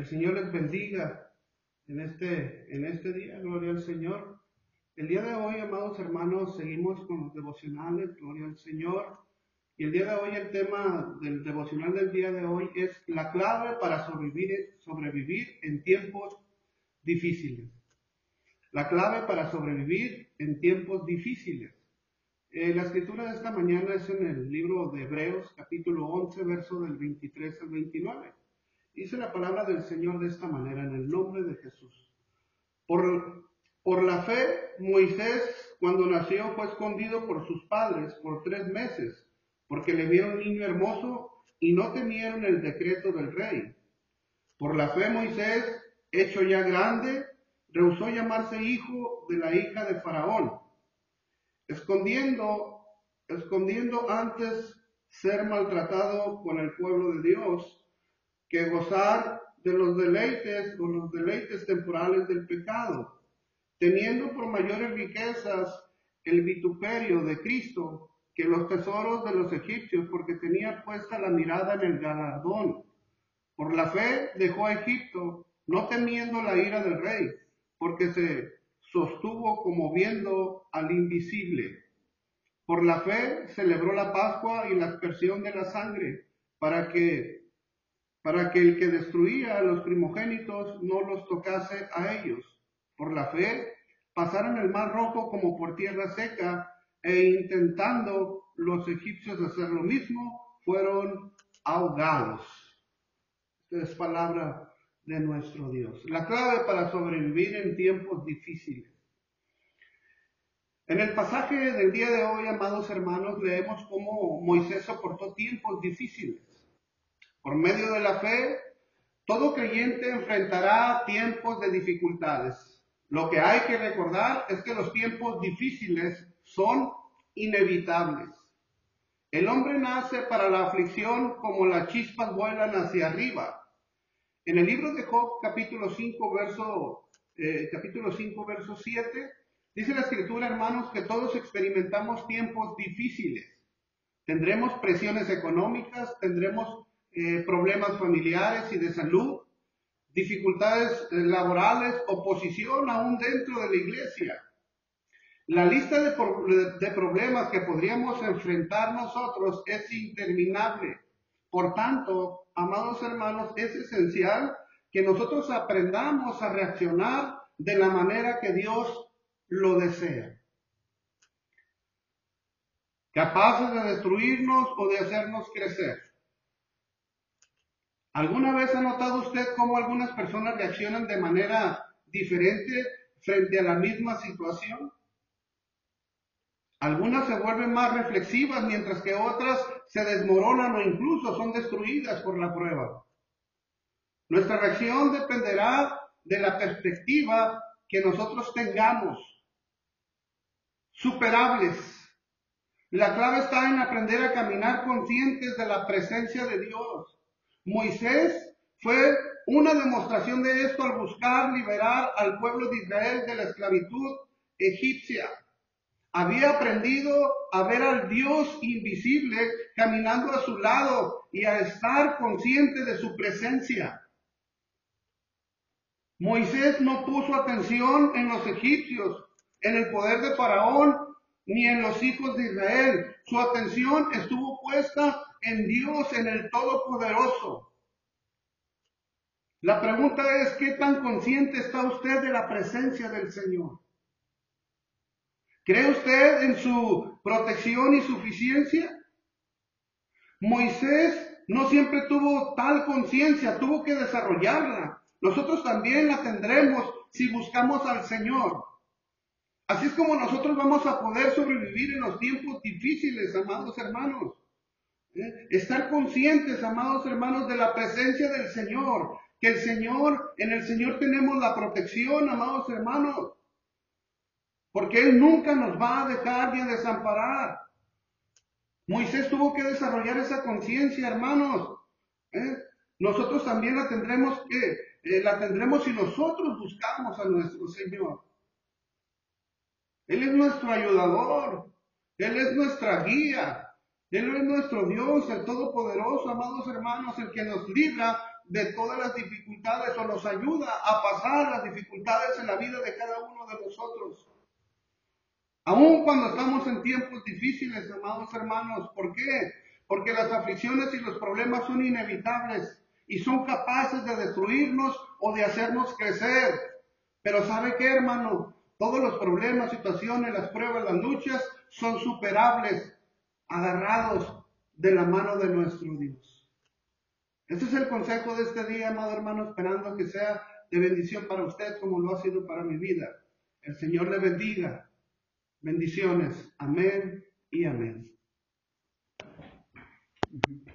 Señor les bendiga en este día, gloria al Señor. El día de hoy, amados hermanos, seguimos con los devocionales, gloria al Señor. Y el día de hoy, el tema del devocional del día de hoy es la clave para sobrevivir en tiempos difíciles. La clave para sobrevivir en tiempos difíciles. La escritura de esta mañana es en el libro de Hebreos, capítulo 11, verso del 23 al 29. Dice la palabra del Señor de esta manera, en el nombre de Jesús. Por la fe, Moisés, cuando nació, fue escondido por sus padres por 3 meses, porque le vieron niño hermoso y no temieron el decreto del rey. Por la fe, Moisés, hecho ya grande, rehusó llamarse hijo de la hija de Faraón, escondiendo antes ser maltratado con el pueblo de Dios, que gozar de los deleites temporales del pecado, teniendo por mayores riquezas el vituperio de Cristo que los tesoros de los egipcios, porque tenía puesta la mirada en el galardón. Por la fe dejó a Egipto, no temiendo la ira del rey, porque se sostuvo como viendo al invisible. Por la fe celebró la Pascua y la aspersión de la sangre, para que el que destruía a los primogénitos no los tocase a ellos. Por la fe pasaron el mar rojo como por tierra seca, e intentando los egipcios hacer lo mismo, fueron ahogados. Esta es palabra de nuestro Dios. La clave para sobrevivir en tiempos difíciles. En el pasaje del día de hoy, amados hermanos, leemos cómo Moisés soportó tiempos difíciles. Por medio de la fe, todo creyente enfrentará tiempos de dificultades. Lo que hay que recordar es que los tiempos difíciles son inevitables. El hombre nace para la aflicción como las chispas vuelan hacia arriba. En el libro de Job, capítulo 5, verso 7, dice la Escritura, hermanos, que todos experimentamos tiempos difíciles. Tendremos presiones económicas, tendremos problemas familiares y de salud, dificultades laborales, oposición aún dentro de la iglesia. La lista de problemas que podríamos enfrentar nosotros es interminable. Por tanto, amados hermanos, es esencial que nosotros aprendamos a reaccionar de la manera que Dios lo desea. Capaces de destruirnos o de hacernos crecer. ¿Alguna vez ha notado usted cómo algunas personas reaccionan de manera diferente frente a la misma situación? Algunas se vuelven más reflexivas, mientras que otras se desmoronan o incluso son destruidas por la prueba. Nuestra reacción dependerá de la perspectiva que nosotros tengamos. Superables. La clave está en aprender a caminar conscientes de la presencia de Dios. Moisés fue una demostración de esto al buscar liberar al pueblo de Israel de la esclavitud egipcia. Había aprendido a ver al Dios invisible caminando a su lado y a estar consciente de su presencia. Moisés no puso atención en los egipcios, en el poder de Faraón, ni en los hijos de Israel. Su atención estuvo puesta en Dios, en el Todopoderoso. La pregunta es, ¿qué tan consciente está usted de la presencia del Señor? ¿Cree usted en su protección y suficiencia? Moisés no siempre tuvo tal conciencia, tuvo que desarrollarla. Nosotros también la tendremos si buscamos al Señor. Así es como nosotros vamos a poder sobrevivir en los tiempos difíciles, amados hermanos. Estar conscientes, amados hermanos, de la presencia del Señor. Que en el Señor tenemos la protección, amados hermanos. Porque Él nunca nos va a dejar ni a desamparar. Moisés tuvo que desarrollar esa conciencia, hermanos. Nosotros también la tendremos si nosotros buscamos a nuestro Señor. Él es nuestro ayudador. Él es nuestra guía. Él es nuestro Dios, el Todopoderoso, amados hermanos, el que nos libra de todas las dificultades o nos ayuda a pasar las dificultades en la vida de cada uno de nosotros. Aun cuando estamos en tiempos difíciles, amados hermanos, ¿por qué? Porque las aflicciones y los problemas son inevitables y son capaces de destruirnos o de hacernos crecer. Pero ¿sabe qué, hermano? Todos los problemas, situaciones, las pruebas, las luchas son superables, agarrados de la mano de nuestro Dios. Ese es el consejo de este día, amado hermano, esperando que sea de bendición para usted como lo ha sido para mi vida. El Señor le bendiga. Bendiciones. Amén y amén.